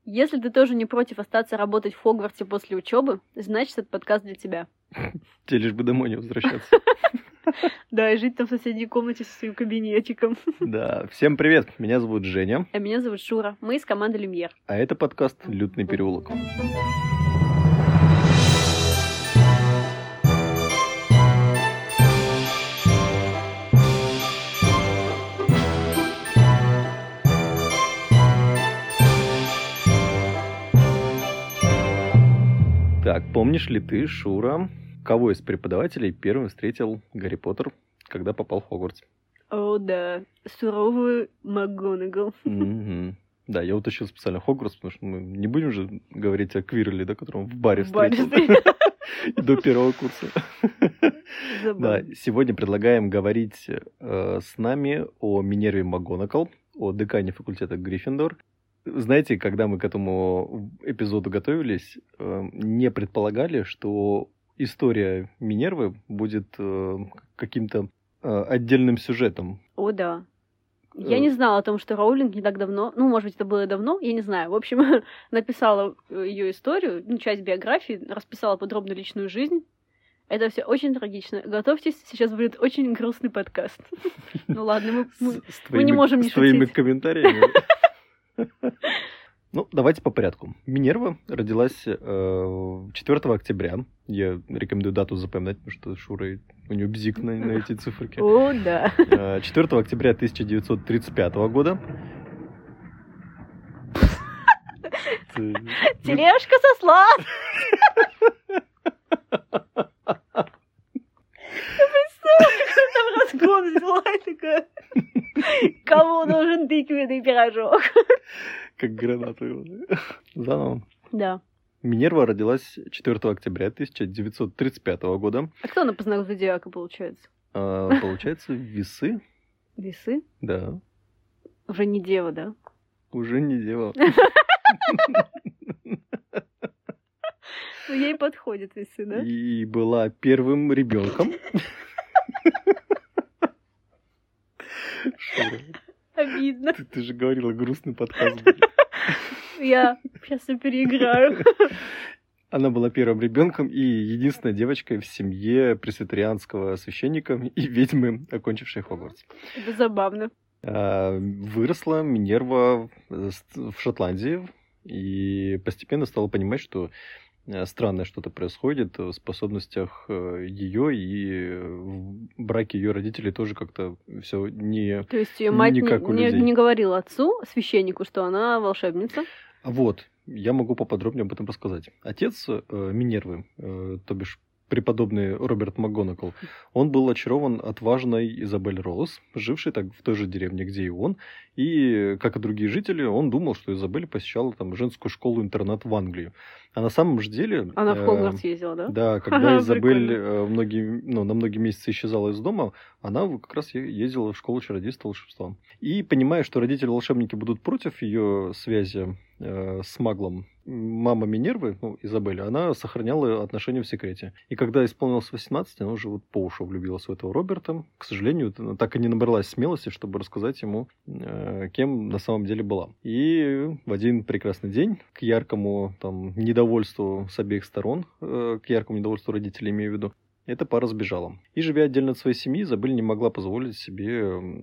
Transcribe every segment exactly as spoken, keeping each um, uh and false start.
Если ты тоже не против остаться работать в Хогвартсе после учебы, значит, этот подкаст для тебя. Тебе лишь бы домой не возвращаться. Да, и жить там в соседней комнате со своим кабинетиком. Да, всем привет, меня зовут Женя. А меня зовут Шура, мы из команды Люмьер. А это подкаст «Лютный переулок». Так, помнишь ли ты, Шура, кого из преподавателей первым встретил Гарри Поттер, когда попал в Хогвартс? О, да, суровую МакГонагал. Mm-hmm. Да, я утащил специально Хогвартс, потому что мы не будем же говорить о Квирле, да, которого в баре В баре встретил до первого курса. Да, сегодня предлагаем говорить э, с нами о Минерве МакГонагал, о декане факультета Гриффиндор. Знаете, когда мы к этому эпизоду готовились, э, не предполагали, что история Минервы будет э, каким-то э, отдельным сюжетом. О, да. Я не знала о том, что Роулинг не так давно, ну, может быть, это было давно, я не знаю. В общем, написала ее историю, ну, часть биографии, расписала подробно личную жизнь. Это все очень трагично. Готовьтесь, сейчас будет очень грустный подкаст. Ну ладно, мы не можем не шутить. С твоими комментариями. Ну, давайте по порядку. Минерва родилась э, четвёртого октября. Я рекомендую дату запоминать, потому что Шура, у нее бзик на, на эти циферки. О, да. Э, четвёртого октября тысяча девятьсот тридцать пятого года. Тележка со сладким. Ты представляешь, как там разгон взяла и такая... Кому нужен тыквенный пирожок? Как гранату. Заново. Да. Минерва родилась четвёртого октября тысяча девятьсот тридцать пятого года. А кто она по знаку зодиака, получается? А, получается, весы. Весы? Да. Уже не дева, да? Уже не дева. Ну, ей подходят весы, да? И была первым ребенком. Обидно. Ты, ты же говорила, грустный подкаст. Я сейчас все переиграю. Она была первым ребенком и единственной девочкой в семье пресвитерианского священника и ведьмы, окончившей Хогвартс. Это забавно. А, выросла Минерва в Шотландии и постепенно стала понимать, что странное что-то происходит в способностях ее, и в браке ее родителей тоже как-то все не... То есть ее мать не, не, как у не, людей. не говорила отцу, священнику, что она волшебница? Вот, я могу поподробнее об этом рассказать. Отец э, Минервы, э, то бишь преподобный Роберт МакГонагал, он был очарован отважной Изабель Роуз, жившей так в той же деревне, где и он. И, как и другие жители, он думал, что Изабель посещала там женскую школу-интернат в Англии. А на самом же деле... Она в Хогвартс э, ездила, да? Да, когда Изабель э, многие, ну, на многие месяцы исчезала из дома, она как раз ездила в школу чародейства и волшебства. И, понимая, что родители-волшебники будут против ее связи э, с маглом, мама Минервы, ну, Изабель, она сохраняла отношения в секрете. И когда исполнилось восемнадцать, она уже вот по уши влюбилась в этого Роберта. К сожалению, так и не набралась смелости, чтобы рассказать ему, э, кем на самом деле была. И в один прекрасный день, к яркому там недовольству с обеих сторон, э, к яркому недовольству родителей, имею в виду, эта пара сбежала. И, живя отдельно от своей семьи, Изабель не могла позволить себе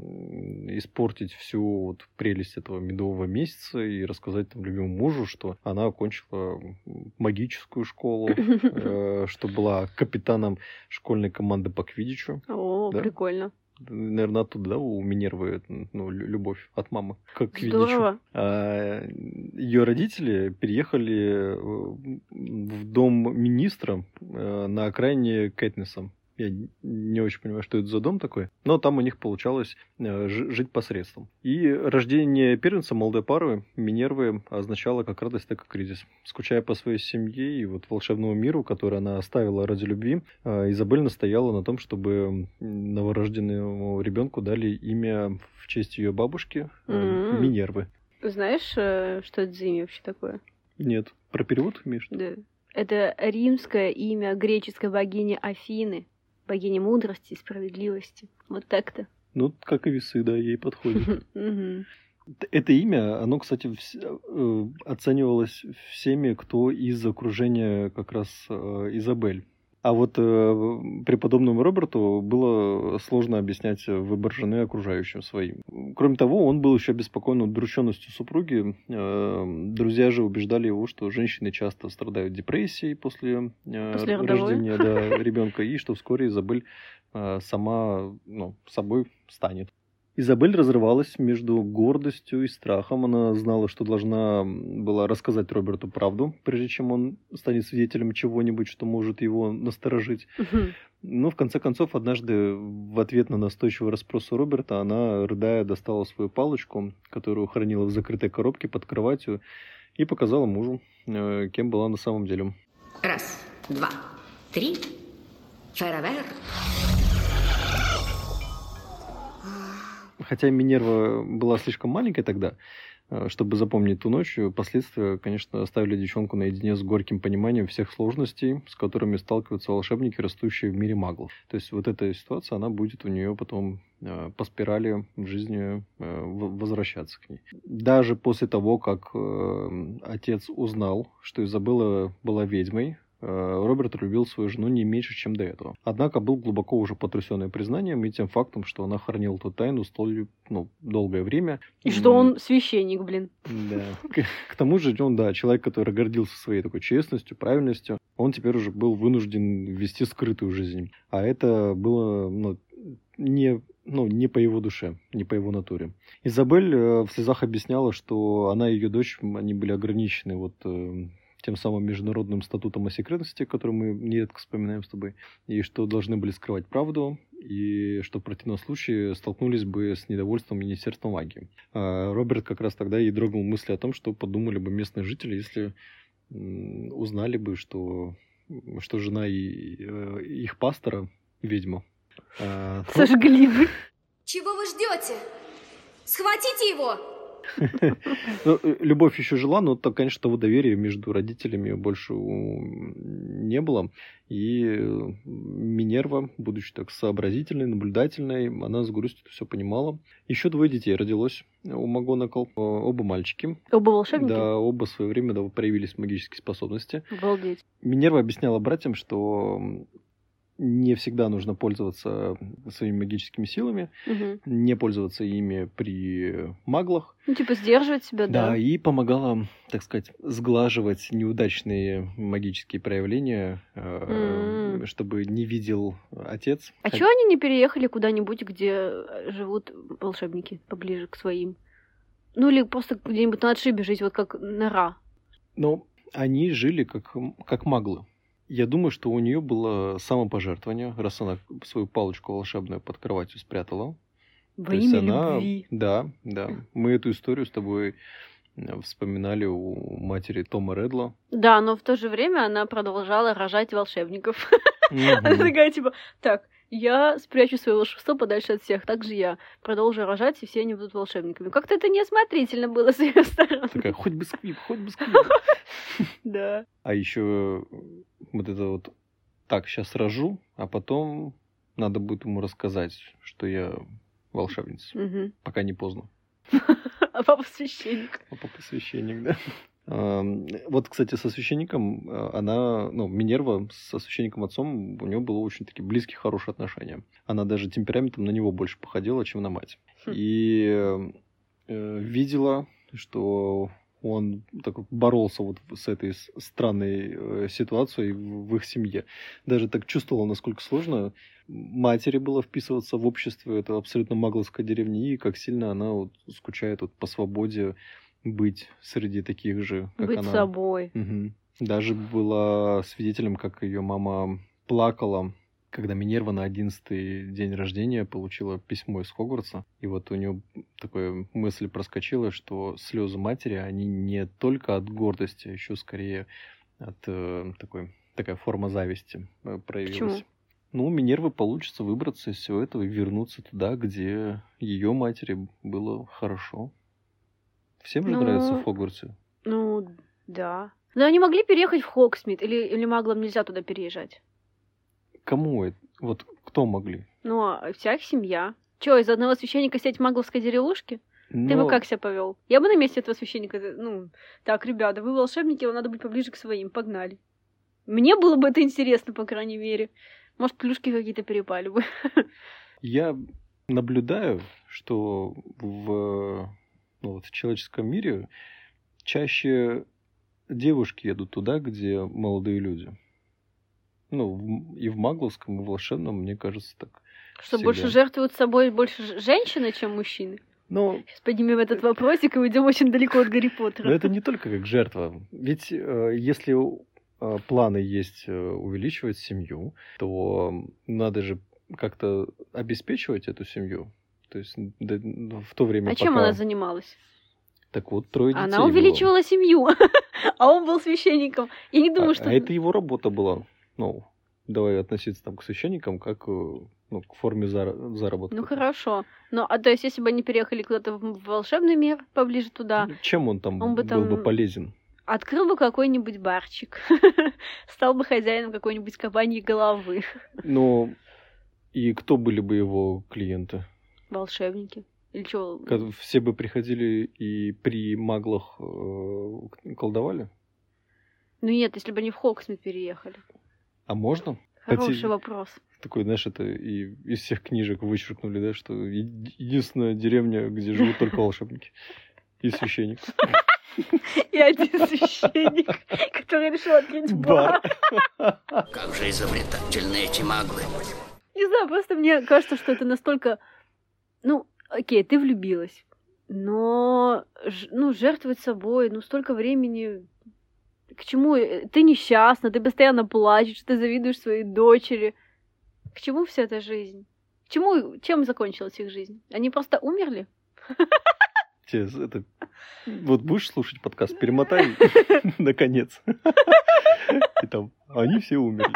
испортить всю вот прелесть этого медового месяца и рассказать там любимому мужу, что она окончила магическую школу, что была капитаном школьной команды по квиддичу. О, прикольно. Наверное, оттуда, да, у Минервы ну, любовь от мамы к Здорово. А, ее родители переехали в дом министра на окраине Кэтниса. Я не очень понимаю, что это за дом такой, но там у них получалось жить посредством. И рождение первенца молодой пары Минервы означало как радость, так и кризис. Скучая по своей семье и вот волшебному миру, который она оставила ради любви, Изабель настояла на том, чтобы новорожденному ребенку дали имя в честь ее бабушки mm-hmm. Минервы. Знаешь, что это за имя вообще такое? Нет. Про перевод имеешь? Да. Это римское имя греческой богини Афины. Богиня мудрости и справедливости. Вот так-то. Ну, как и весы, да, ей подходит. Это имя, оно, кстати, вс- оценивалось всеми, кто из окружения как раз Изабель. А вот э, преподобному Роберту было сложно объяснять выбор жены окружающим своим. Кроме того, он был еще обеспокоен удрученностью супруги. Э, друзья же убеждали его, что женщины часто страдают депрессией после, э, После рождения да, ребенка, и что вскоре Изабель э, сама ну, собой станет. Изабель разрывалась между гордостью и страхом. Она знала, что должна была рассказать Роберту правду, прежде чем он станет свидетелем чего-нибудь, что может его насторожить. Мгм. Но в конце концов, однажды в ответ на настойчивый расспросы Роберта, она, рыдая, достала свою палочку, которую хранила в закрытой коробке под кроватью, и показала мужу, э, кем была на самом деле. Раз, два, три. Феравер. Хотя Минерва была слишком маленькой тогда, э, чтобы запомнить ту ночь, последствия, конечно, оставили девчонку наедине с горьким пониманием всех сложностей, с которыми сталкиваются волшебники, растущие в мире маглов. То есть вот эта ситуация, она будет у нее потом э, по спирали в жизни э, в- возвращаться к ней. Даже после того, как э, отец узнал, что Изабелла была ведьмой, э, Роберт любил свою жену не меньше, чем до этого. Однако был глубоко уже потрясенный признанием и тем фактом, что она хранила эту тайну столь ну, долгое время. И что М, он священник, блин. Да. К, к тому же он, да, человек, который гордился своей такой честностью, правильностью, он теперь уже был вынужден вести скрытую жизнь. А это было ну, не, ну, не по его душе, не по его натуре. Изабель э, в слезах объясняла, что она и ее дочь, они были ограничены вот э, тем самым международным статутом о секретности, который мы нередко вспоминаем с тобой, и что должны были скрывать правду, и что в противном случае столкнулись бы с недовольством Министерства магии. А Роберт как раз тогда и дрогнул мысли о том, что подумали бы местные жители, если м, узнали бы, что, что жена и, э, их пастора ведьма. А, ну, Сожгли бы. Чего вы ждете? Схватите его! ну, э, любовь еще жила, но, так, конечно, того доверия между родителями больше у- не было. И э, Минерва, будучи так сообразительной, наблюдательной, она с грустью все понимала. Еще двое детей родилось у МакГонагал, э, оба мальчики. Оба волшебники? Да, оба в свое время да, проявились магические способности. Обалдеть. Минерва объясняла братьям, что м, не всегда нужно пользоваться своими магическими силами, Мгм. не пользоваться ими при маглах. Ну, типа, сдерживать себя, Да, да. и помогала, так сказать, сглаживать неудачные магические проявления, э, М. чтобы не видел отец. А Хот- чего они не переехали куда-нибудь, где э, живут волшебники поближе к своим? Ну, или просто где-нибудь на отшибе жить, вот как нора. Но они жили как, как маглы. Я думаю, что у нее было самопожертвование, раз она свою палочку волшебную под кроватью спрятала. Во То есть имя она... любви. Да, да. Мы эту историю с тобой э, вспоминали у матери Тома Редла. Да, но в то же время она продолжала рожать волшебников. Она Мгм. такая, типа, так, я спрячу свое волшебство подальше от всех, так же я продолжу рожать, и все они будут волшебниками. Как-то это неосмотрительно было с ее стороны. Такая, хоть бы сквип, хоть бы сквип. Да. А еще вот это вот так, сейчас рожу, а потом надо будет ему рассказать, что я волшебница. Мгм. Пока не поздно. А папа священник. А папа священник, да. Ам, Вот, кстати, со священником э, она, ну, Минерва со священником отцом, у нее было очень-таки близкие, хорошие отношения. Она даже темпераментом на него больше походила, чем на мать. Хм. И э, э, видела, что он так вот боролся вот с этой с- странной э, ситуацией в в их семье. Даже так чувствовала, насколько сложно матери было вписываться в общество, это абсолютно магловская деревня, и как сильно она вот скучает вот по свободе быть среди таких же, как Быть она. собой. Мгм. Даже была свидетелем, как ее мама плакала, когда Минерва на одиннадцатый день рождения получила письмо из Хогвартса. И вот у нее такая мысль проскочила, что слезы матери, они не только от гордости, а еще скорее от э, такой, такая форма зависти э, проявилась. Почему? Ну, у Минервы получится выбраться из всего этого и вернуться туда, где ее матери было хорошо. Всем же Ну, нравится в Хогвартсе. Ну, да. Но они могли переехать в Хогсмит, или, или маглам нельзя туда переезжать? Кому это? Вот кто могли? Ну, а вся их семья. Чё, из одного священника сеть магловской деревушки? Но... Ты бы как себя повел? Я бы на месте этого священника, ну, так, ребята, вы волшебники, вам надо быть поближе к своим, погнали. Мне было бы это интересно, по крайней мере. Может, плюшки какие-то перепали бы. Я наблюдаю, что в, ну, вот в человеческом мире чаще девушки едут туда, где молодые люди. Ну, в- и в магловском, и в волшебном, мне кажется, так. Что всегда. больше жертвуют собой больше ж- женщины, чем мужчины? Но, Сейчас поднимем этот вопросик и уйдем очень далеко от Гарри но Поттера. это не только как жертва. Ведь э, если э, планы есть э, увеличивать семью, то надо же как-то обеспечивать эту семью. То есть да, ну, в то время, А чем пока... она занималась? Так вот, трое детей Она было. увеличивала семью, а он был священником. Я не думаю, А, что... а это его работа была. Ну, давай относиться там к священникам как э, ну, к форме зара- заработка. Ну хорошо. Ну, а то есть, если бы они переехали куда-то в в волшебный мир, поближе туда, Чем он там Он бы был бы там- полезен? открыл бы какой-нибудь барчик, стал бы хозяином какой-нибудь кабаньей головы. Ну, и кто были бы его клиенты? Волшебники. Или что? Ка- Все бы приходили и при маглах э, колдовали? Ну нет, если бы они в Хоксмит переехали. А можно? Хороший Хотите- вопрос. Такой, знаешь, это и из всех книжек вычеркнули, да, что еди- единственная деревня, где живут только волшебники и священник. И один священник, который решил открыть бар. Как же изобретательны эти маглы. Не знаю, просто мне кажется, что это настолько... Ну, окей, ты влюбилась, но ж- ну, жертвовать собой, ну, столько времени... К чему? Э, Ты несчастна, ты постоянно плачешь, ты завидуешь своей дочери. К чему вся эта жизнь? К чему, чем закончилась их жизнь? Они просто умерли? Те, это... Вот будешь слушать подкаст, перемотай наконец. И там, они все умерли.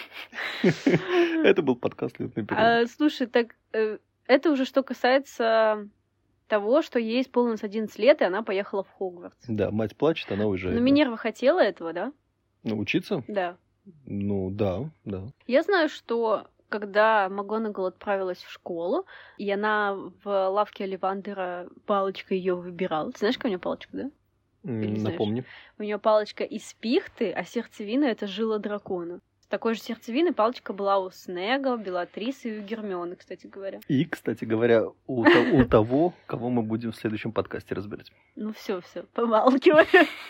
Это был подкаст «Лётный период». А, слушай, так э, это уже что касается того, что ей исполнилось одиннадцать лет, и она поехала в Хогвартс. Да, мать плачет, она уезжает. Но да. Минерва хотела этого, да? Ну, учиться? Да. Ну, да, да. Я знаю, что когда МакГонагал отправилась в школу, и она в лавке Оливандера палочкой ее выбирала. Ты знаешь, какая у нее палочка, да? М, Или знаешь? Напомни. У нее палочка из пихты, а сердцевина — это жила дракона. С такой же сердцевины палочка была у Снега, у Белатрисы и у Гермионы, кстати говоря. И, кстати говоря, у, то- у того, кого мы будем в следующем подкасте разбирать. Ну все, все, помалкивай.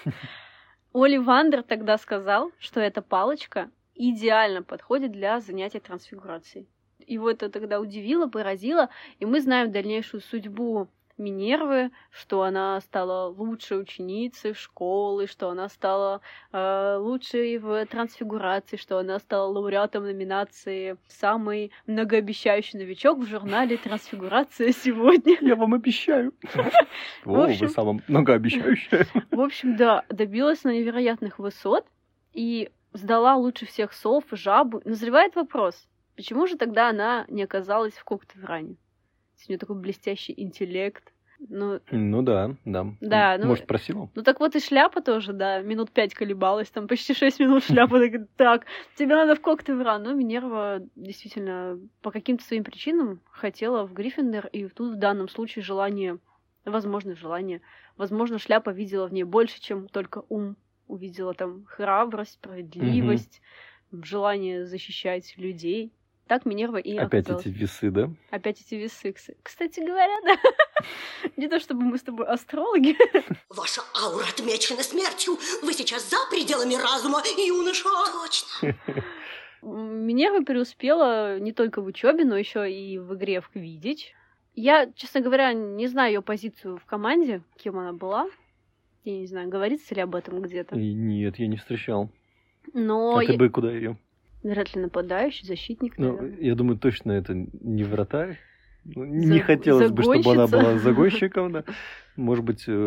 Оливандер тогда сказал, что эта палочка идеально подходит для занятия трансфигурацией. Его это тогда удивило, поразило, и мы знаем дальнейшую судьбу Минервы, что она стала лучшей ученицей в школе, что она стала э, лучшей в трансфигурации, что она стала лауреатом номинации «Самый многообещающий новичок» в журнале «Трансфигурация сегодня». Я вам обещаю. В О, общем- вы самым многообещающая. В общем, да, добилась на невероятных высот и сдала лучше всех сов, жабу. Назревает вопрос, почему же тогда она не оказалась в Когтевране? У нее такой блестящий интеллект. Ну, Ну да, да. Да, ну- Может, просила? ну так вот и шляпа тоже, да, минут пять колебалась, там почти шесть минут шляпа, так, так, тебе надо в Когтевран. Но Минерва действительно по каким-то своим причинам хотела в Гриффиндор, и тут в данном случае желание, возможно, желание, возможно, шляпа видела в ней больше, чем только ум. Увидела там храбрость, справедливость, желание защищать людей. Так Минерва и Опять оказалась. эти весы, да? Опять эти весы. Кс- Кстати говоря, да. Не то чтобы мы с тобой астрологи. Ваша аура отмечена смертью. Вы сейчас за пределами разума, юноша. Точно. Минерва преуспела не только в учебе, но еще и в игре в Квиддич. Я, честно говоря, не знаю ее позицию в команде, кем она была. Я не знаю, говорится ли об этом где-то. И нет, я не встречал. Но А ты я- бы куда ее? вряд ли нападающий, защитник, Ну, наверное. я думаю, точно это не вратарь. Ну, Не За- хотелось бы, чтобы она загонщица. была загонщиком, да. Может быть, э,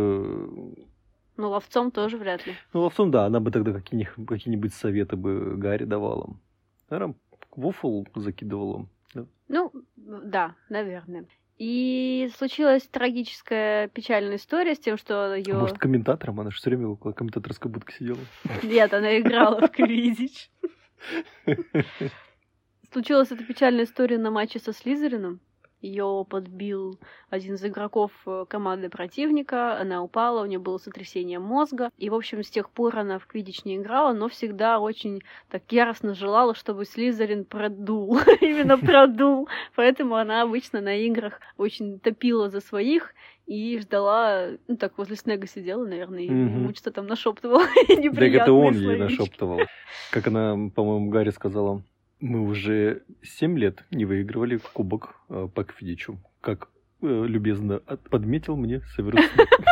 Но ловцом тоже вряд ли. ну, ловцом, да, она бы тогда какие-нибудь, какие-нибудь советы бы Гарри давала. Наверное, Вуфл закидывала. Да? Ну, да, наверное. И случилась трагическая, печальная история с тем, что ее... Может, комментатором? Она же все время около комментаторской будки сидела. Нет, она играла в Квиддич. Случилась эта печальная история на матче со Слизерином. Ее подбил один из игроков команды противника, она упала, у нее было сотрясение мозга. И, в общем, с тех пор она в квиддич не играла, но всегда очень так яростно желала, чтобы Слизерин продул. Именно продул. Поэтому она обычно на играх очень топила за своих и ждала, ну так, возле Снега сидела, наверное, и ему что-то там нашептывала. Так это он ей нашептывал. Как она, по-моему, Гарри сказала: мы уже семь лет не выигрывали кубок э, по квиддичу, как э, любезно от- подметил мне Северус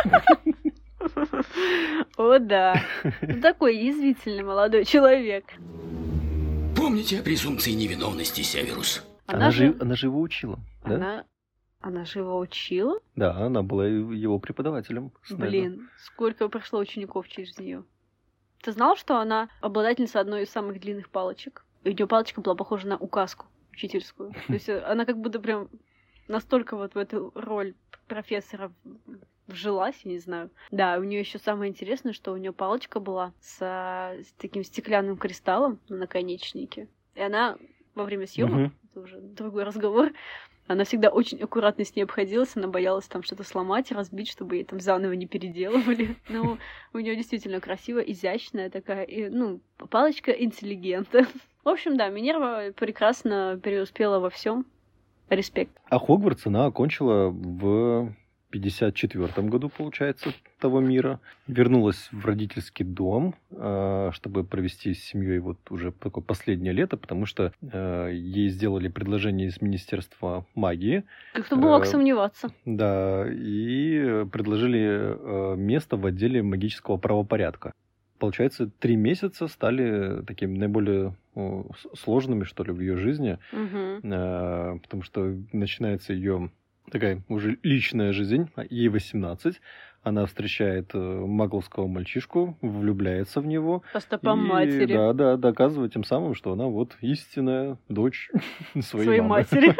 Снейп. О, да. Такой язвительный молодой человек. Помните о презумпции невиновности, Северус? Она же она же его учила, да? Она Она же его учила? Да, она была его преподавателем. Снейпа. Блин, сколько прошло учеников через нее. Ты знал, что она обладательница одной из самых длинных палочек? И у нее палочка была похожа на указку учительскую. То есть она как будто прям настолько вот в эту роль профессора вжилась, я не знаю. Да, у нее еще самое интересное, что у нее палочка была с, с таким стеклянным кристаллом на наконечнике. И она во время съемок, Мгм. это уже другой разговор, она всегда очень аккуратно с ней обходилась, она боялась там что-то сломать, разбить, чтобы ей там заново не переделывали. Но у нее действительно красиво, изящная такая, и, ну, палочка интеллигента. В общем, да, Минерва прекрасно преуспела во всем. Респект. А Хогвартс она окончила в пятьдесят четвёртом году, получается, того мира. Вернулась в родительский дом, э, чтобы провести с семьей вот уже такое последнее лето, потому что э, ей сделали предложение из Министерства магии. Кто бы мог Э, сомневаться. Да, и предложили э, место в отделе магического правопорядка. Получается, три месяца стали такими наиболее э, с- сложными, что ли, в ее жизни, Мгм. э, потому что начинается ее такая уже личная жизнь. Ей восемнадцать, она встречает э, магловского мальчишку, влюбляется в него. По стопам И, матери. Да, да, доказывает тем самым, что она вот истинная дочь своей, Своей мамы. матери.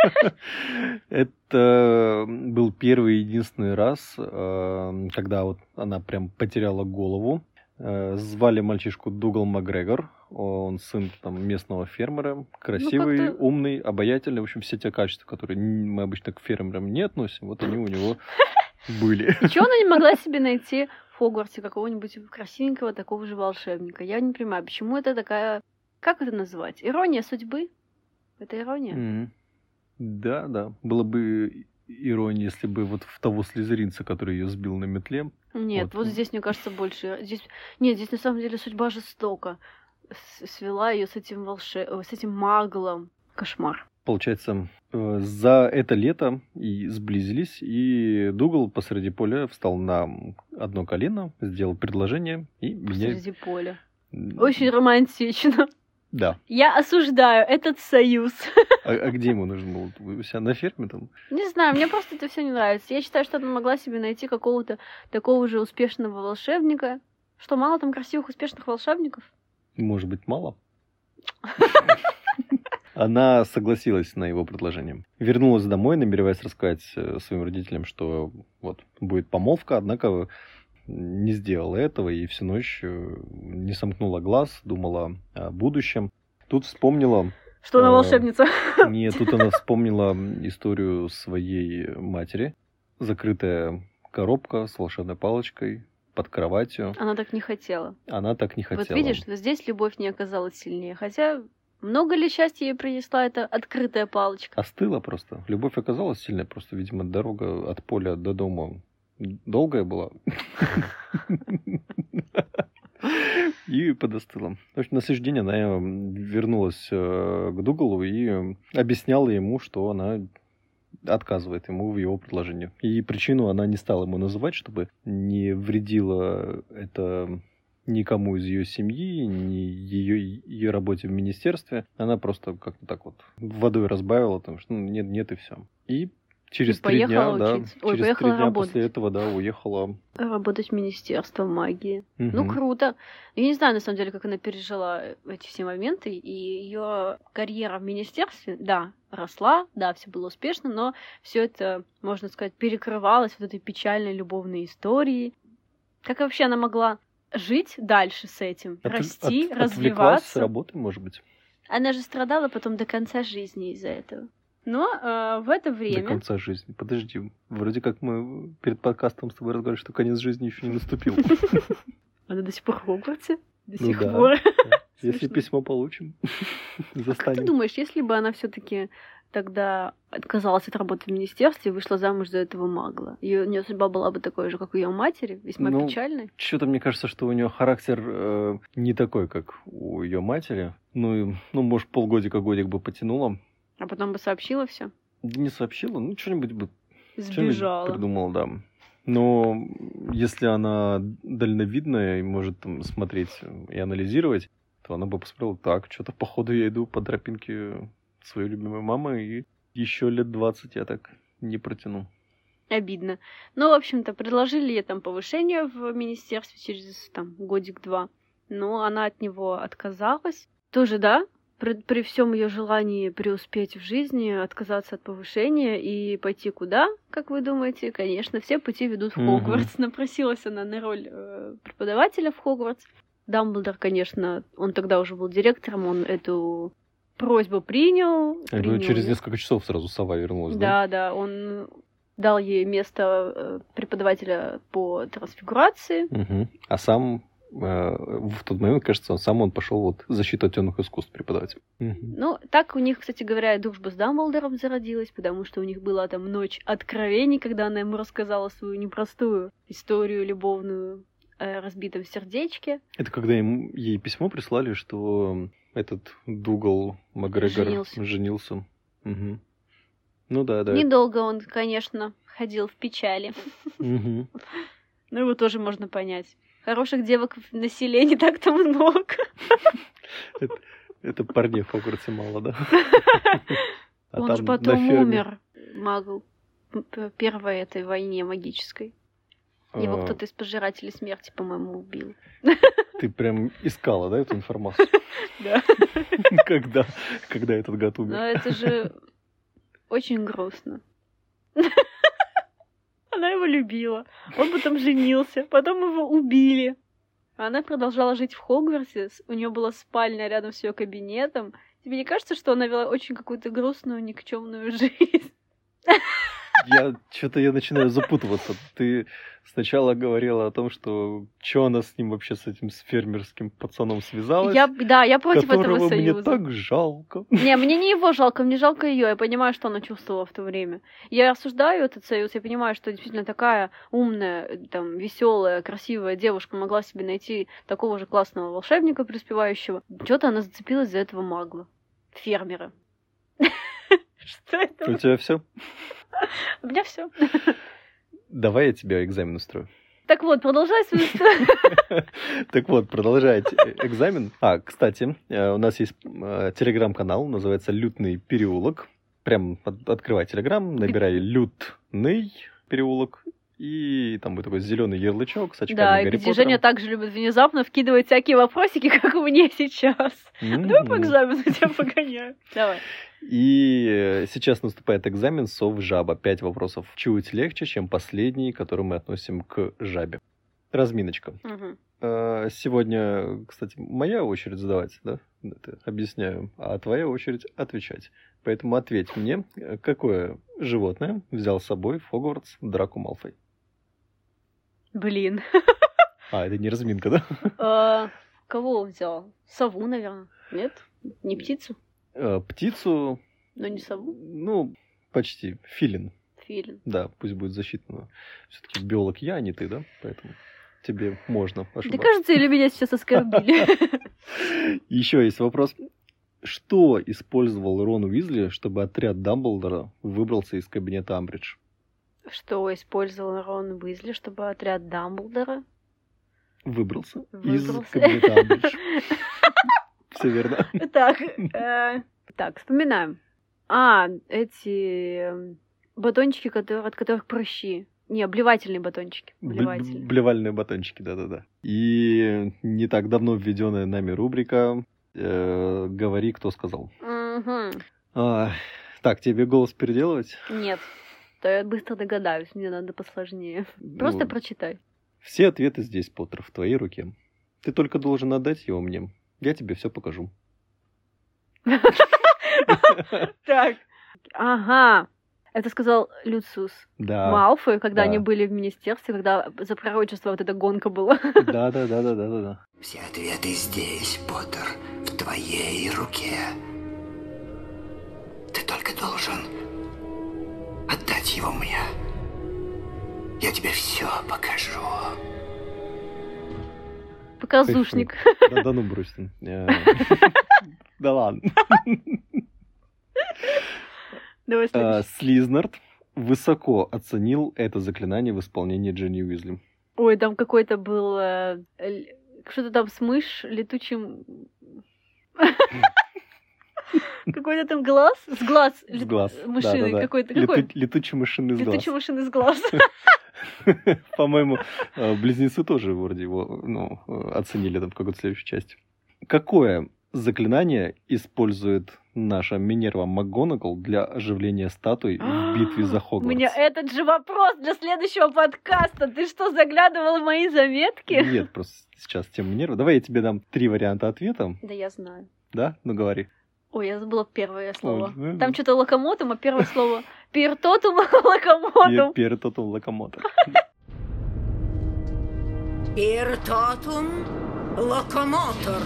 Это был первый и единственный раз, э, когда вот она прям потеряла голову. Э, Звали мальчишку Дугал Макгрегор. Он сын там местного фермера. Красивый, Ну, как-то- умный, обаятельный. В общем, все те качества, которые н- мы обычно к фермерам не относим, вот они у него были. И чего она не могла себе найти в Хогвартсе какого-нибудь красивенького такого же волшебника? Я не понимаю, почему это такая... Как это называть? Ирония судьбы? Это ирония? Мгм. Да, да. Было бы ирония, если бы вот в того слизеринца, который ее сбил на метле. Нет, Вот. вот здесь, мне кажется, больше. Здесь... Нет, здесь на самом деле судьба жестока. С- Свела ее с этим волше... э, с этим маглом. Кошмар. Получается, э, за это лето и сблизились, и Дугал посреди поля встал на одно колено, сделал предложение, и меня... Посреди поля. Очень романтично. Да. Я осуждаю этот союз. А, а где ему нужен был? У себя на ферме там? Не знаю, мне просто это все не нравится. Я считаю, что она могла себе найти какого-то такого же успешного волшебника. Что, мало там красивых, успешных волшебников? Может быть, мало? Она согласилась на его предложение. Вернулась домой, намереваясь рассказать э, своим родителям, что вот будет помолвка, однако не сделала этого и всю ночь э, не сомкнула глаз, думала о будущем. Тут вспомнила... Что она Э, волшебница? Нет, тут она вспомнила историю своей матери. Закрытая коробка с волшебной палочкой под кроватью. Она так не хотела. Она так не хотела. Вот видишь, вот здесь любовь не оказалась сильнее. Хотя много ли счастья ей принесла эта открытая палочка? Остыла просто. Любовь оказалась сильная, просто, видимо, дорога от поля до дома долгая была. И подостыла. В общем, на следующий день она вернулась э, к Дугалу и объясняла ему, что она отказывает ему в его предложении. И причину она не стала ему называть, чтобы не вредило это никому из ее семьи, ни ее, ее работе в министерстве. Она просто как-то так вот водой разбавила, потому что ну, нет, нет и все. И через И три дня, поехала да, учиться. Ой, через поехала три дня работать. после этого, да, уехала. Работать в Министерство магии. Ну, Мгм. круто. Я не знаю, на самом деле, как она пережила эти все моменты. И ее карьера в министерстве, да, росла, да, все было успешно, но все это, можно сказать, перекрывалось вот этой печальной любовной историей. Как вообще она могла жить дальше с этим, От- расти, от- Отвлеклась с развиваться? работы, может быть. Она же страдала потом до конца жизни из-за этого. Но э, в это До время... конца жизни. Подожди. Вроде как мы перед подкастом с тобой разговаривали, что конец жизни еще не наступил. Она до сих пор в Хогвартсе? До Ну сих да. пор. Если Смешно. письмо получим, Как ты застанем. думаешь, если бы она все-таки тогда отказалась от работы в министерстве и вышла замуж за этого магла, ее, у нее судьба была бы такой же, как у ее матери, весьма Ну, печальной? Что-то мне кажется, что у нее характер э, не такой, как у ее матери. Ну, и, ну, может, полгодика-годик бы потянула. А потом бы сообщила все, Да не сообщила, ну, что-нибудь бы что-нибудь сбежала. придумала, да. Но если она дальновидная и может там смотреть и анализировать, то она бы посмотрела, так, что-то походу я иду по тропинке своей любимой мамы, и еще лет двадцать я так не протяну. Обидно. Ну, в общем-то, предложили ей там повышение в министерстве через там годик-два, но она от него отказалась. Тоже, да, при, при всем ее желании преуспеть в жизни, отказаться от повышения и пойти куда, как вы думаете? Конечно, все пути ведут в Мгм. Хогвартс. Напросилась она на роль э, преподавателя в Хогвартс. Дамблдор, конечно, он тогда уже был директором, он эту просьбу принял. Я говорю, принял через её. несколько часов сразу сова вернулась, да? Да, да, он дал ей место э, преподавателя по трансфигурации. Мгм. А сам э, в тот момент, кажется, сам он пошел вот защиту от темных искусств преподавать. Мгм. Ну, так у них, кстати говоря, и дружба с Дамблдором зародилась, потому что у них была там ночь откровений, когда она ему рассказала свою непростую историю любовную о разбитом сердечке. Это когда им, ей письмо прислали, что этот Дугал Макгрегор Женился. женился. Мгм. Ну да, да. Недолго он, конечно, ходил в печали. Мгм. Но его тоже можно понять. Хороших девок в населении так-то много. Это, это парней в Хогвартсе мало, да? А Он там же на потом ферме, умер, магл, п- первой этой войне магической. Его а, кто-то из пожирателей смерти, по-моему, убил. Ты прям искала, да, эту информацию? Да. Когда, когда этот гад Но умер? это же очень грустно. Она его любила. Он потом женился. Потом его убили. А она продолжала жить в Хогвартсе. С- У нее была спальня рядом с ее кабинетом. Тебе не кажется, что она вела очень какую-то грустную, никчемную жизнь? Я что-то я начинаю запутываться. Ты сначала говорила о том, что что она с ним вообще, с этим с фермерским пацаном связалась, Я, да, я против этого которого мне союза. так жалко. Не, мне не его жалко, мне жалко ее. Я понимаю, что она чувствовала в то время. Я осуждаю этот союз, я понимаю, что действительно такая умная, там, веселая, красивая девушка могла себе найти такого же классного волшебника преуспевающего. Что-то она зацепилась за этого магла. Фермера. Что У это? тебя все? У меня все. Давай я тебе экзамен устрою. Так вот, продолжай свою историю. Так вот, продолжать э, экзамен. А, кстати, э, у нас есть э, телеграм-канал, называется «Лютный переулок». Прям от- открывай телеграм, набирай «Лютный переулок», и там будет такой зеленый ярлычок с очками Да, и Гарри где Женя Поттера. также любит внезапно вкидывать всякие вопросики, как мне сейчас. Давай по Мгм. экзамену тебя погоняю. Давай. И э, сейчас наступает экзамен сов-жаба. Пять вопросов чуть легче, чем последний, который мы относим к жабе. Разминочка. Мгм. Э, Сегодня, кстати, моя очередь задавать, да? Это объясняю. А твоя очередь отвечать. Поэтому ответь мне, э, какое животное взял с собой в Хогвартс Драко Малфой? Блин. А, это не разминка, да? А, Кого он взял? Сову, наверное. Нет? Не птицу? Э, Птицу, Но не сову. ну, почти. Филин. Филин. Да, пусть будет защитного. Все-таки биолог я, а не ты, да? Поэтому тебе можно Да ошибаться. кажется, или меня сейчас оскорбили. Еще есть вопрос. Что использовал Рон Уизли, чтобы отряд Дамблдора выбрался из кабинета Амбридж? Что использовал Рон Уизли, чтобы отряд Дамблдора Выбрался, из выбрался? кабинета Амбридж. Все верно. Так, э, так, вспоминаем. А, эти э, батончики, которые, от которых прыщи. Не, обливательные батончики. Бл- Обливательные. Блевальные батончики, да-да-да. И не так давно введенная нами рубрика э, «Говори, кто сказал». Мгм. А, так, тебе голос переделывать? Нет. То я быстро догадаюсь, мне надо посложнее. Просто Ну, прочитай. все ответы здесь, Поттер, в твоей руке. Ты только должен отдать его мне. Я тебе все покажу. Так. Ага. Это сказал Люциус Да. Малфой, когда Да. они были в министерстве, когда за пророчество вот эта гонка была. Да, да, да, да, да, да, да. Все ответы здесь, Поттер, в твоей руке. Ты только должен отдать его мне. Я тебе все покажу. Показушник. Да, да ну брось ты. Э, Да ладно. Давай Э, следующий. Слизнард высоко оценил это заклинание в исполнении Джинни Уизли. Ой, там какой-то был... э, л- Что-то там с мышь летучим... Какой-то там глаз? С глаз. С лет- глаз. Мышиный Да-да-да. какой-то. Лету- Какой? Летучий мышиный с глаз. Летучий мышиный с глаз. По-моему, э, близнецы тоже вроде его ну, э, оценили там в какой-то следующей части. Какое заклинание использует наша Минерва МакГонагал для оживления статуй в битве за У Хогвартс? меня этот же вопрос для следующего подкаста. Ты что, заглядывал в мои заметки? Нет, просто сейчас тема Минерва. Давай я тебе дам три варианта ответа. Да я знаю. Да? Ну говори. Ой, я забыла первое слово. Ой, Там ну. что-то локомотум, а первое слово пиртотум локомотум. Перетотум локомотор. Иртотум локомотор.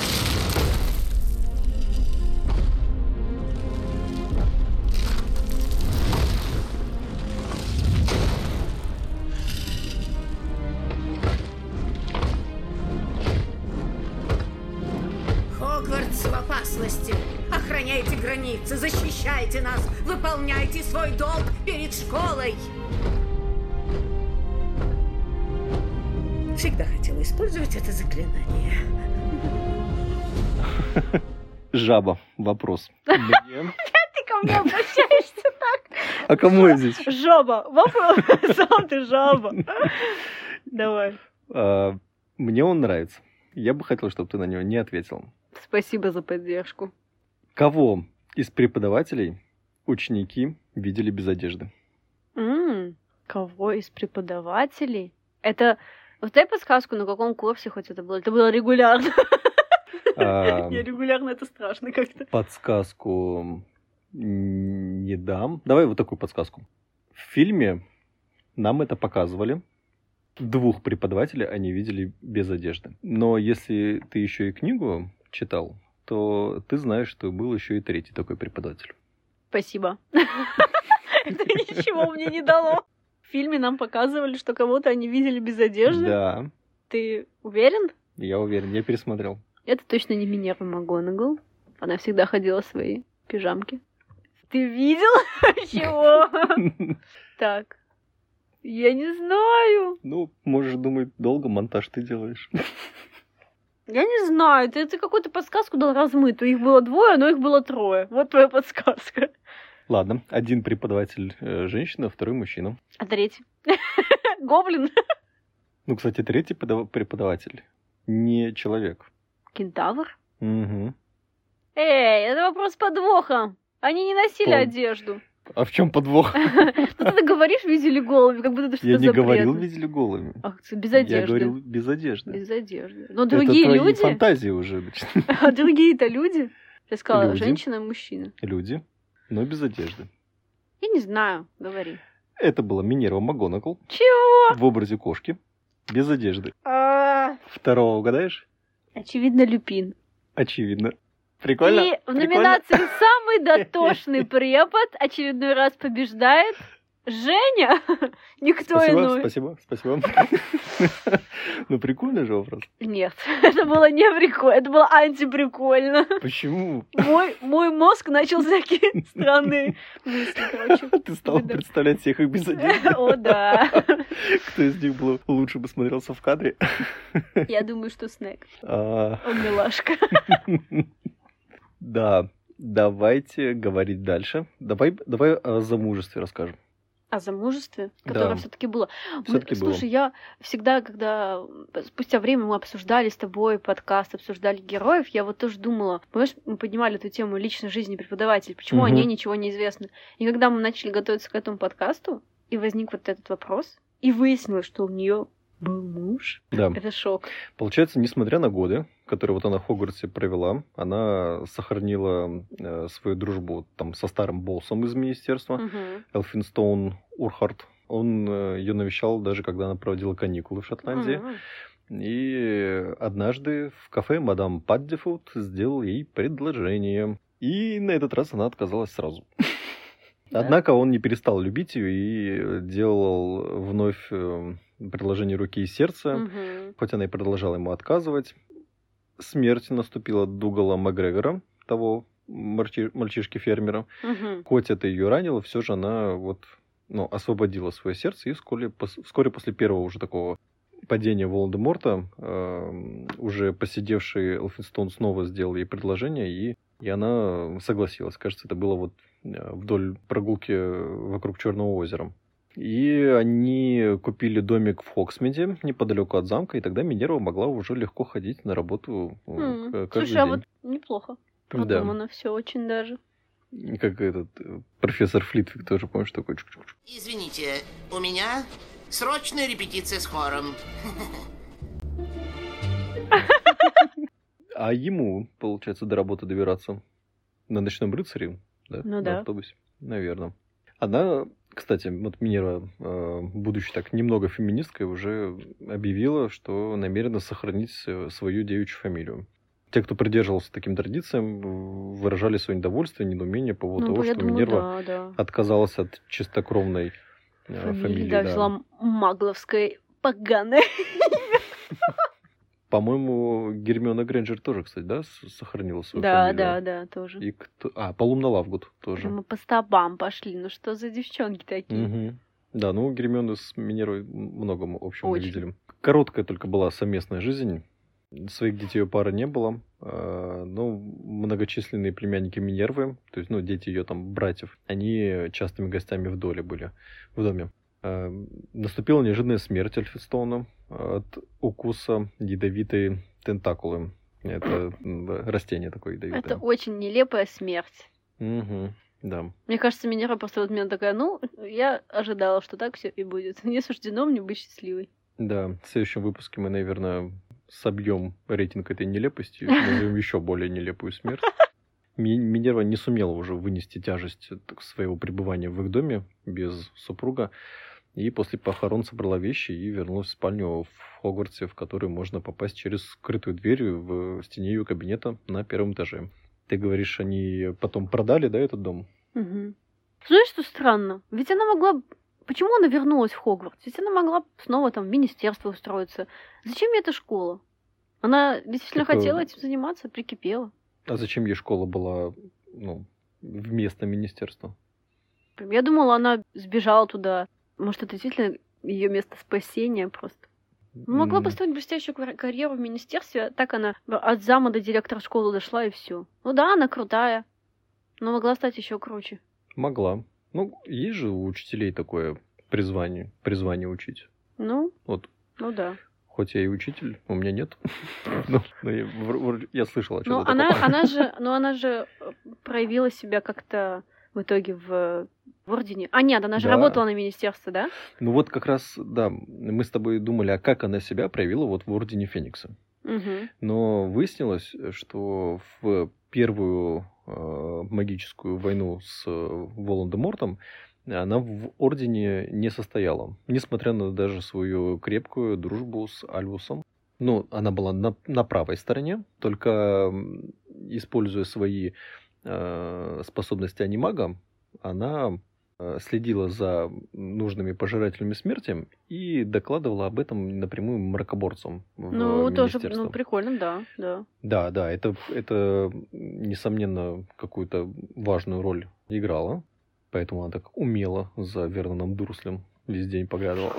Хогвартс в опасности. Охраняйте границы, защищайте нас, выполняйте свой долг перед школой. Всегда хотела использовать это заклинание. Жаба. Вопрос. Мне? Ты ко мне обращаешься так? А кому я здесь? Жаба. Вопрос. Сам ты жаба. Давай. А, Мне он нравится. Я бы хотел, чтобы ты на него не ответил. Спасибо за поддержку. Кого из преподавателей ученики видели без одежды? М, Кого из преподавателей? Это... Вот дай подсказку, на каком курсе хоть это было? Это было регулярно. А, Не, регулярно это страшно как-то. Подсказку не дам. Давай вот такую подсказку. В фильме нам это показывали. Двух преподавателей они видели без одежды. Но если ты еще и книгу читал, то ты знаешь, что был еще и третий такой преподаватель. Спасибо. Это ничего мне не дало. В фильме нам показывали, что кого-то они видели без одежды. Да, Ты уверен? я уверен, я пересмотрел. Это точно не Минерва МакГонагал. Она всегда ходила в свои пижамки. Ты видел? Чего? Так. Я не знаю. Ну, можешь думать, долго монтаж ты делаешь. Я не знаю. Ты, ты какую-то подсказку дал размытую. Их было двое, но их было трое. Вот твоя подсказка. Ладно, один преподаватель э, женщина, второй мужчина. А третий? Гоблин? Ну, кстати, третий подав- преподаватель не человек. Кентавр? Угу. Эй, это вопрос с подвохом. Они не носили Что? одежду. А в чем подвох? Ну, ты говоришь, видели голуби, как будто это что-то Я не запретное. говорил, видели голыми. Ах, без Я одежды. говорил без одежды. Без одежды. Но Это другие твои люди... фантазии уже. А другие-то люди? Я сказала, Люди. женщина и мужчина. Люди, но без одежды. Я не знаю, говори. Это была Минерва МакГонагал Чего? в образе кошки, без одежды. А, Второго угадаешь? Очевидно, Люпин. Очевидно. Прикольно? И в Прикольно? номинации «Самый дотошный препод» очередной раз побеждает Женя. Никто Спасибо, иной. спасибо, спасибо. Ну, прикольный же вопрос. Нет, это было не прикольно, это было антиприкольно. Почему? Мой, мой мозг начал всякие странные мысли, короче. Ты стал Да. представлять всех их без одежды? О, да. Кто из них был лучше бы смотрелся в кадре? Я думаю, что Снег. А, Он милашка. Да, давайте говорить дальше. Давай, давай о замужестве расскажем. О замужестве, которое Да. все-таки было. Всё-таки Мы- было. Слушай, я всегда, когда спустя время мы обсуждали с тобой подкаст, обсуждали героев, я вот тоже думала, понимаешь, мы поднимали эту тему личной жизни преподавателей, почему Мгм. о ней ничего не известно. И когда мы начали готовиться к этому подкасту, и возник вот этот вопрос, и выяснилось, что у нее был муж? Да. Это шок. Получается, несмотря на годы, которые вот она в Хогвартсе провела, она сохранила э, свою дружбу там со старым боссом из министерства, Угу. Элфинстоун Урхард. Он э, ее навещал даже когда она проводила каникулы в Шотландии. И однажды в кафе мадам Паддифуд сделал ей предложение. И на этот раз она отказалась сразу. Да? Однако он не перестал любить ее и делал вновь э, предложение руки и сердца, Угу. хоть она и продолжала ему отказывать. Смерть наступила Дугала Макгрегора, того марчи- мальчишки-фермера. Угу. Хоть это ее ранило, все же она вот, ну, освободила свое сердце, и вскоре, пос- вскоре после первого уже такого падения Волан-де-Морта э, уже посидевший Элфинстоун снова сделал ей предложение, и, и она согласилась. Кажется, это было вот э, вдоль прогулки вокруг Черного озера. И они купили домик в Хоксмиде, неподалеку от замка, и тогда Минерва могла уже легко ходить на работу э, М. к- каждый Слушай, а день. вот неплохо. Да. Продумано все очень даже. Как этот э, профессор Флитвик тоже, помнишь, такой чук-чук-чук. Извините, у меня срочная репетиция с хором. А ему, получается, до работы добираться на ночном рыцаре, да? Ну на да. автобусе, наверное. Она, кстати, вот Минерва, э, будучи так немного феминисткой, уже объявила, что намерена сохранить э, свою девичью фамилию. Те, кто придерживался таким традициям, в- выражали свое недовольство, недоумение по поводу Ну, того, я что думаю, Минерва да, да. отказалась от чистокровной э, Фамилия, фамилии. да, да. взяла магловское поганое. По-моему, Гермиона Грейнджер тоже, кстати, да, с- сохранила свою Да, фамилию. да, да, тоже. И кто... А, Полумна Лавгуд тоже. Мы по стопам пошли. Ну что за девчонки такие? Мгм. Да, ну Гермионы с Минервой много общего мы Очень. видели. Короткая только была совместная жизнь. Своих детей у пары не было. а, Но многочисленные племянники Минервы, то есть, ну, дети ее там братьев, они частыми гостями в доле были, в доме. А, Наступила неожиданная смерть Эльфинстоуна от укуса ядовитой тентакулы. Это м, да, растение такое ядовитое. Это очень нелепая смерть. Мгм, да. Мне кажется, Минера просто в этот момент такая, ну, я ожидала, что так все и будет. Мне суждено мне быть счастливой. Да, в следующем выпуске мы, наверное, собьем рейтинг этой нелепости и назовем еще более нелепую смерть. Ми- Минерва не сумела уже вынести тяжесть так, своего пребывания в их доме без супруга. И после похорон собрала вещи и вернулась в спальню в Хогвартсе, в которую можно попасть через скрытую дверь в стене ее кабинета на первом этаже. Ты говоришь, они потом продали, да, этот дом? Мгм. Знаешь, что странно? Ведь она могла... Почему она вернулась в Хогвартс? Ведь она могла снова там в министерство устроиться. Зачем ей эта школа? Она действительно Так, э, хотела этим заниматься, прикипела. А зачем ей школа была, ну, вместо министерства? Я думала, она сбежала туда. Может, это действительно ее место спасения просто. Ну, Могла М, построить блестящую кар- карьеру в министерстве, а так она от зама до директора школы дошла и все. Ну да, она крутая, но могла стать еще круче. Могла. Ну, есть же у учителей такое призвание, призвание учить. Ну, Вот, ну да. хоть я и учитель, у меня нет. Ну, ну, я вр- вроде- я слышал о Но чем-то она, таком. она же, но она же э, проявила себя как-то в итоге в, в ордене. А нет, она же Да. работала на министерстве, да? Ну вот как раз, да, мы с тобой думали, а как она себя проявила вот в Ордене Феникса. Угу. Но выяснилось, что в первую э, магическую войну с э, Волан-де-Мортом она в Ордене не состояла, несмотря на даже свою крепкую дружбу с Альвусом. Ну, она была на, на правой стороне, только м, используя свои э, способности анимага, она э, следила за нужными пожирателями смерти и докладывала об этом напрямую мракоборцам в Ну, тоже, министерство. ну, прикольно, да, да. Да, да, это, это, несомненно, какую-то важную роль играла. Поэтому она так умело за Верноном Дурслем весь день поглядывала.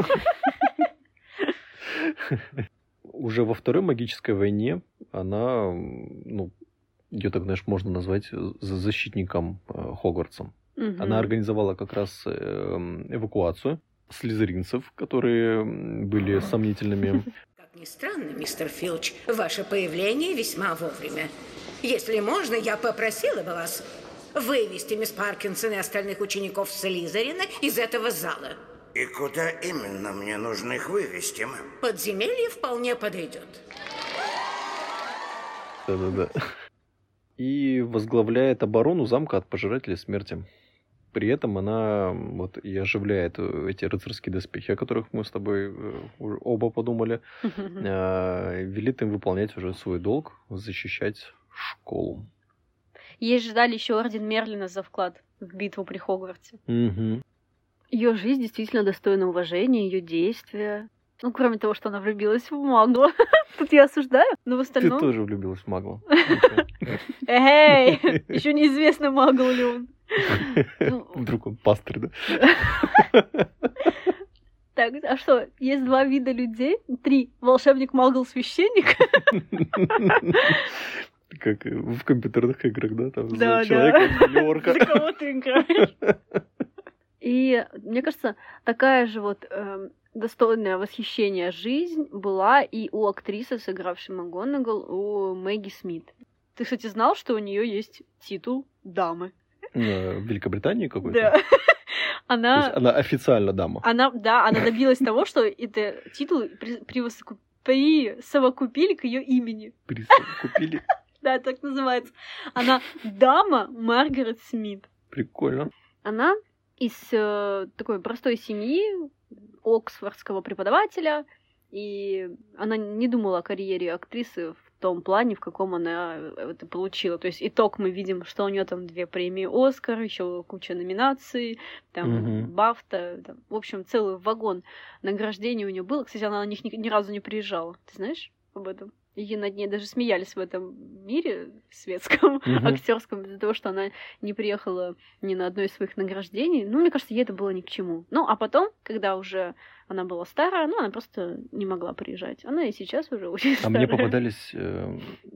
Уже во Второй магической войне она, ну, ее так, знаешь, можно назвать за- защитником э, Хогвартса. Мгм. Она организовала как раз э, эвакуацию слизеринцев, которые м, были сомнительными. Как ни странно, мистер Филч, ваше появление весьма вовремя. Если можно, я попросила бы вас вывести мисс Паркинсон и остальных учеников Слизерина из этого зала. И куда именно мне нужно их вывести, мэм? Подземелье вполне подойдет. Да-да-да. И возглавляет оборону замка от пожирателей смерти. При этом она вот и оживляет эти рыцарские доспехи, о которых мы с тобой оба подумали. Велит им выполнять уже свой долг, защищать школу. Ей же дали еще орден Мерлина за вклад в битву при Хогвартсе. Угу. Ее жизнь действительно достойна уважения, ее действия. Ну, кроме того, что она влюбилась в Магла. Тут я осуждаю, но в остальном... Ты тоже влюбилась в Магла. Эй, еще неизвестно, Магл ли он. Вдруг он пастырь, да? Так, а что, есть два вида людей? Три. Волшебник, магл, священник. Как в компьютерных играх, да? Там да, за человека да. орка. За кого ты играешь? И мне кажется, такая же вот э, достойная восхищения жизнь была и у актрисы, сыгравшей МакГонагал, у Мэгги Смит. Ты, кстати, знал, что у нее есть титул дамы? В Великобритании какой-то? Да. Она... То есть она официально дама. Она, да, она добилась того, что это титул присовокупили к ее имени. Присовокупили? Да, так называется. Она дама Маргарет Смит. Прикольно. Она из э, такой простой семьи, оксфордского преподавателя, и она не думала о карьере актрисы в том плане, в каком она это получила. То есть итог мы видим, что у нее там две премии Оскар, еще куча номинаций, там Мгм. Бафта, там, в общем, целый вагон награждений у нее было. Кстати, она на них ни, ни разу не приезжала. Ты знаешь об этом? И над ней даже смеялись в этом мире светском, Мгм. актерском, из-за того, что она не приехала ни на одно из своих награждений. Ну, мне кажется, ей это было ни к чему. Ну, а потом, когда уже она была старая, ну, она просто не могла приезжать. Она и сейчас уже очень А старая. мне попадались э,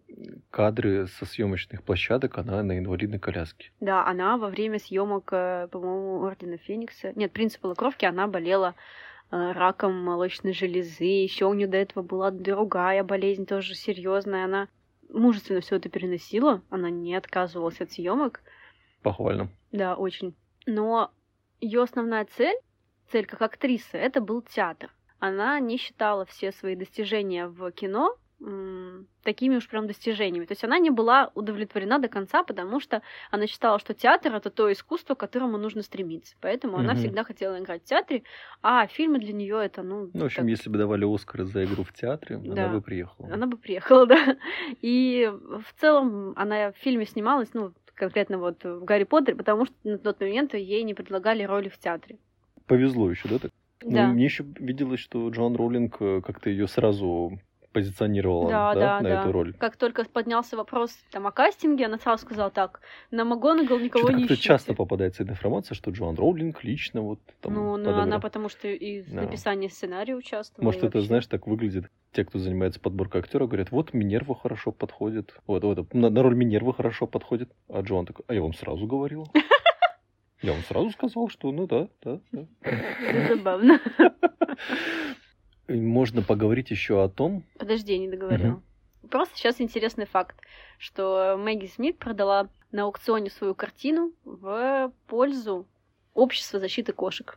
кадры со съемочных площадок, она на инвалидной коляске. Да, она во время съемок, э, по-моему, Ордена Феникса, нет, Принца Полукровки, она болела э, раком молочной железы. Еще у нее до этого была другая болезнь, тоже серьезная. Она мужественно все это переносила, она не отказывалась от съемок. Похвально. Да, очень. Но ее основная цель, цель как актрисы, это был театр. Она не считала все свои достижения в кино м, такими уж прям достижениями. То есть она не была удовлетворена до конца, потому что она считала, что театр — это то искусство, к которому нужно стремиться. Поэтому она Мгм. всегда хотела играть в театре, а фильмы для нее это, ну... Ну, в общем, так, если бы давали Оскар за игру в театре, Да. она бы приехала. она бы приехала, да. И в целом она в фильме снималась, ну, конкретно вот в «Гарри Поттере», потому что на тот момент ей не предлагали роли в театре. Повезло еще, да? Так? Да. Ну, мне еще виделось, что Джоан Роулинг э, как-то ее сразу позиционировала, Да, да, да, на да. эту роль. Как только поднялся вопрос там о кастинге, она сразу сказала так: на МакГонагал никого Что-то не как-то ищите. часто попадается эта информация, что Джоан Роулинг лично вот там Ну, ну, подобрала. она потому что и в Да. написании сценария участвовала. Может, и это, вообще. знаешь, так выглядит. Те, кто занимается подборкой актера, говорят, вот Минерва хорошо подходит. Вот, вот на, на роль Минервы хорошо подходит. А Джоан такой, а я вам сразу говорил. Я вам сразу сказал, что ну да, да, да. Это забавно. И можно поговорить еще о том, Подожди, я не договорила. Просто сейчас интересный факт, что Мэгги Смит продала на аукционе свою картину в пользу общества защиты кошек.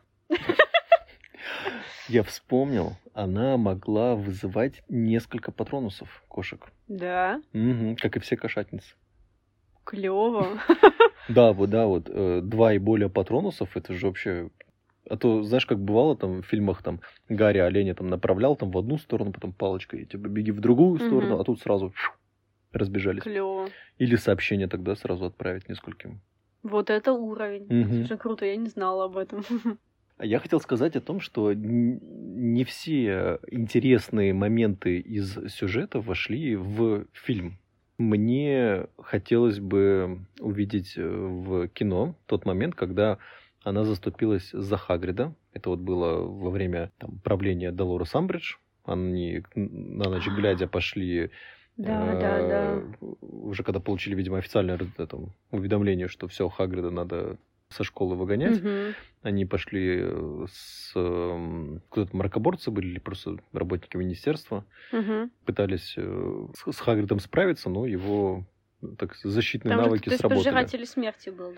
я вспомнил, она могла вызывать несколько патронусов кошек. Да, Мгм, как и все кошатницы. клево. Да, вот, да, вот э, два и более патронусов, это же вообще... А то, знаешь, как бывало там в фильмах, там, Гарри оленя там направлял там в одну сторону, потом палочкой, типа, беги в другую Мгм. сторону, а тут сразу фу, разбежались. Клево. Или сообщение тогда сразу отправить нескольким. Вот это уровень. Мгм. Слушай, круто, я не знала об этом. А я хотел сказать о том, что н- не все интересные моменты из сюжета вошли в фильм. Мне хотелось бы увидеть э, в кино тот момент, когда она заступилась за Хагрида. Это вот было во время там, правления Долорес Амбридж. Они на ночь глядя пошли... Да, э, да, да. Уже когда получили, видимо, официальное э, там, уведомление, что все, Хагрида надо со школы выгонять. Мгм. Они пошли э, с... эм, Кто-то мракоборцы были или просто работники министерства. Мгм. Пытались э, с, с Хагридом справиться, но его ну, так, защитные Там же навыки кто-то из сработали. пожирателей смерти был, да?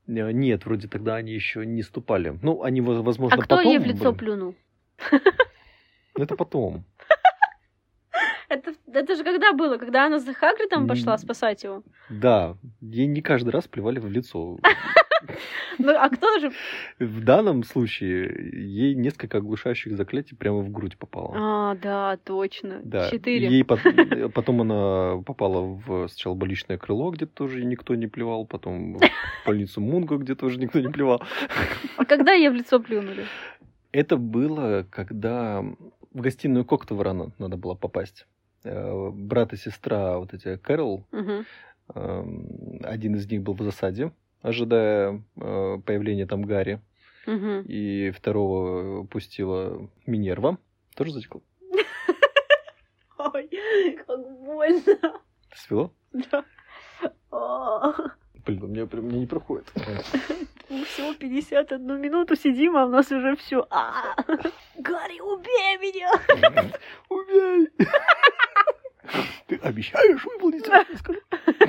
Нет, вроде тогда они еще не ступали. Ну, они, возможно, а кто потом... ей в лицо были. плюнул? Это потом. Это, это же когда было? Когда она за Хагридом пошла спасать его? Да, ей не каждый раз плевали в лицо. Ну, а кто же? В данном случае ей несколько оглушающих заклятий прямо в грудь попало. А, да, точно. Да. Четыре. Ей потом, потом она попала в сначала больничное крыло, где тоже никто не плевал, потом в больницу Мунго, где тоже никто не плевал. А когда ей в лицо плюнули? Это было, когда в гостиную Коктоврана надо было попасть. Брат и сестра, вот эти Кэрол, Угу. один из них был в засаде, ожидая появления там Гарри. Угу. И второго пустила Минерва. Тоже затекла? Ой, как больно. Ты свело? Да. О, Блин, у меня прям мне не проходит. мы всего пятьдесят одну минуту сидим, а у нас уже все. Гарри, убей меня! Убей! Ты обещаешь выполнить свой скажи?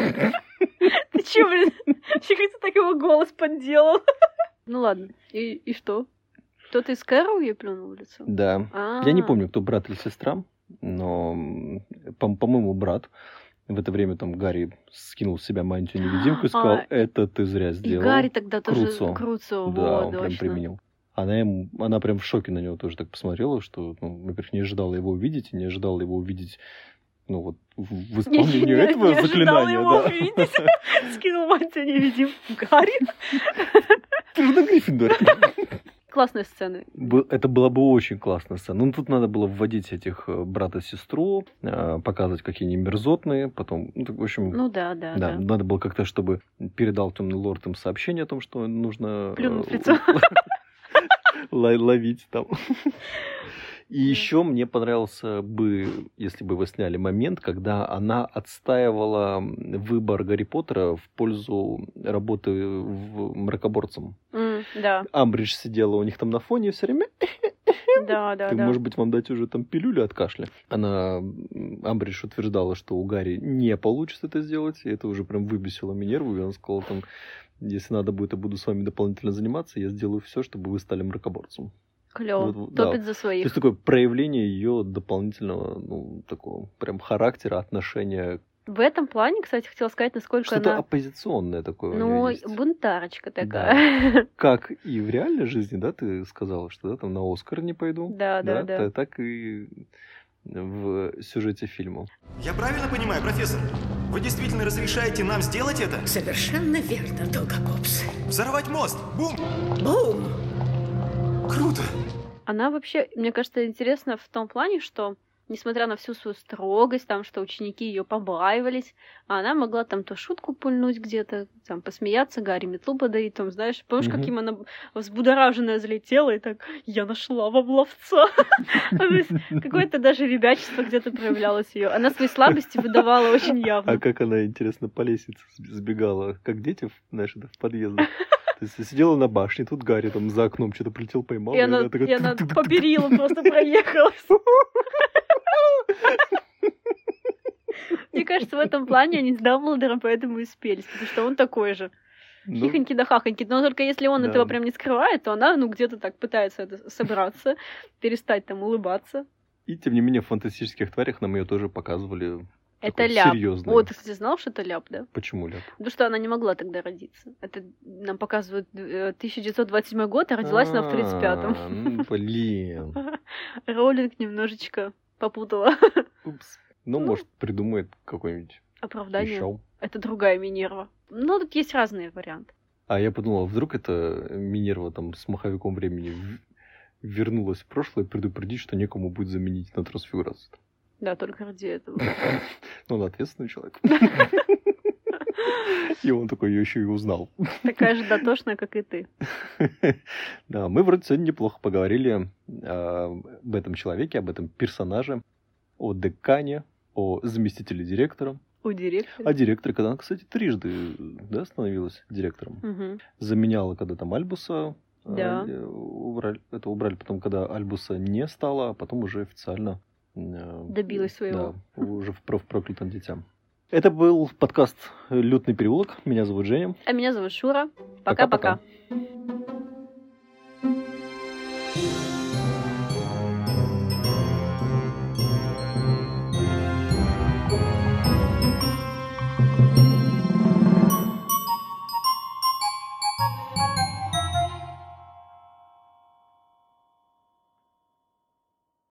Ты че, блин? Вообще, как ты так его голос подделал? Ну ладно, и, и что? Кто-то из Кэрол ей плюнул в лицо? Да. А. Я не помню, кто брат или сестра, но, по- по-моему, брат. В это время там Гарри скинул с себя мантию-невидимку и сказал, А, это ты зря И сделал. Гарри тогда тоже Круцо. Круцо, Да, вот, он прям точно. применил. Она, ему, она прям в шоке на него тоже так посмотрела, что, ну, во-первых, не ожидала его увидеть, и не ожидала его увидеть, ну, вот, в, в Не- исполнении не- этого не ожидала заклинания, его да. увидеть. Скинул мантию невидим. Гарри. Ты же на Гриффиндоре. Классная сцена. Бы- Это была бы очень классная сцена. Ну, тут надо было вводить этих э, брата и сестру, э, показывать, какие они мерзотные, потом, ну, так, в общем, Ну да, да, да, да. надо было как-то, чтобы передал темный лорд им сообщение о том, что нужно... э, Плюнуть в лицо. л- ловить там. И еще мне понравился бы, если бы вы сняли момент, когда она отстаивала выбор Гарри Поттера в пользу работы в мракоборцем. М, Да, Амбридж сидела у них там на фоне и все время... да, да, Ты, да. может быть, вам дать уже там пилюлю от кашля? Она, м, Амбридж утверждала, что у Гарри не получится это сделать, и это уже прям выбесило Минерву, и она сказала там, если надо будет, я буду с вами дополнительно заниматься, я сделаю все, чтобы вы стали мракоборцем. Клево. Вот, вот, да. Топит за То своих. есть такое проявление ее дополнительного, ну, такого прям характера, отношения. В этом плане, кстати, хотела сказать, насколько Что-то она... оппозиционное такое. у Ну, неё есть. бунтарочка такая. Как и в реальной жизни, да, ты сказала, что да, там на Оскар не пойду. Да, да, да. та- Так и в сюжете фильма. Я правильно понимаю, профессор? Вы действительно разрешаете нам сделать это? Совершенно верно, Долгокопс. Взорвать мост! Бум! Бум! Круто! Она вообще, мне кажется, интересна в том плане, что, несмотря на всю свою строгость, там, что ученики ее побаивались, она могла там то шутку пульнуть где-то, там, посмеяться, Гарри метлу подарить, там, знаешь, помнишь, Мгм. каким она взбудораженная залетела, и так, я нашла вам ловца. То есть, какое-то даже ребячество где-то проявлялось ее. Она свои слабости выдавала очень А явно. как она, интересно, по лестнице сб- сбегала, как дети, в- знаешь, это в подъездах. То есть сидела на башне, тут Гарри там за окном что-то прилетел, поймал. И она, такая и она тук-тук-тук. по перилам просто проехалась. Мне кажется, в этом плане они с Дамблдором поэтому и спелись, потому что он такой же. Ну, Хихоньки да хахоньки. Но только если он да. этого прям не скрывает, то она, ну, где-то так пытается это собраться, перестать там улыбаться. И тем не менее в «Фантастических тварях» нам ее тоже показывали. Это такой ляп. серьезный. О, ты, кстати, знал, что это ляп, да? Почему ляп? Потому что она не могла тогда родиться. Это нам показывают э, тысяча девятьсот двадцать седьмой год, а родилась она в тридцать пятом. А, ну, блин. Роулинг немножечко попутала Упс. Ну, Ну. может, придумает какой-нибудь оправдание. еще. Это другая Минерва. Ну, тут есть разные варианты. А я подумал, вдруг это Минерва там с маховиком времени в- вернулась в прошлое и предупредить, что некому будет заменить на трансфигурацию. Да, только ради этого. Ну, он ответственный человек. И он такой ее еще и узнал. Такая же дотошная, как и ты. Да, мы вроде сегодня неплохо поговорили а, об этом человеке, об этом персонаже, о декане, о заместителе директора, У директора. о директоре, когда она, кстати, трижды, да, становилась директором. Мгм. Заменяла, когда там Альбуса а, Да. э, убрали, это убрали, потом, когда Альбуса не стало, а потом уже официально э, Добилась своего. Да, уже в, про- в проклятом дитя. Это был подкаст «Лютный переулок». Меня зовут Женя. А меня зовут Шура. Пока-пока. Пока-пока.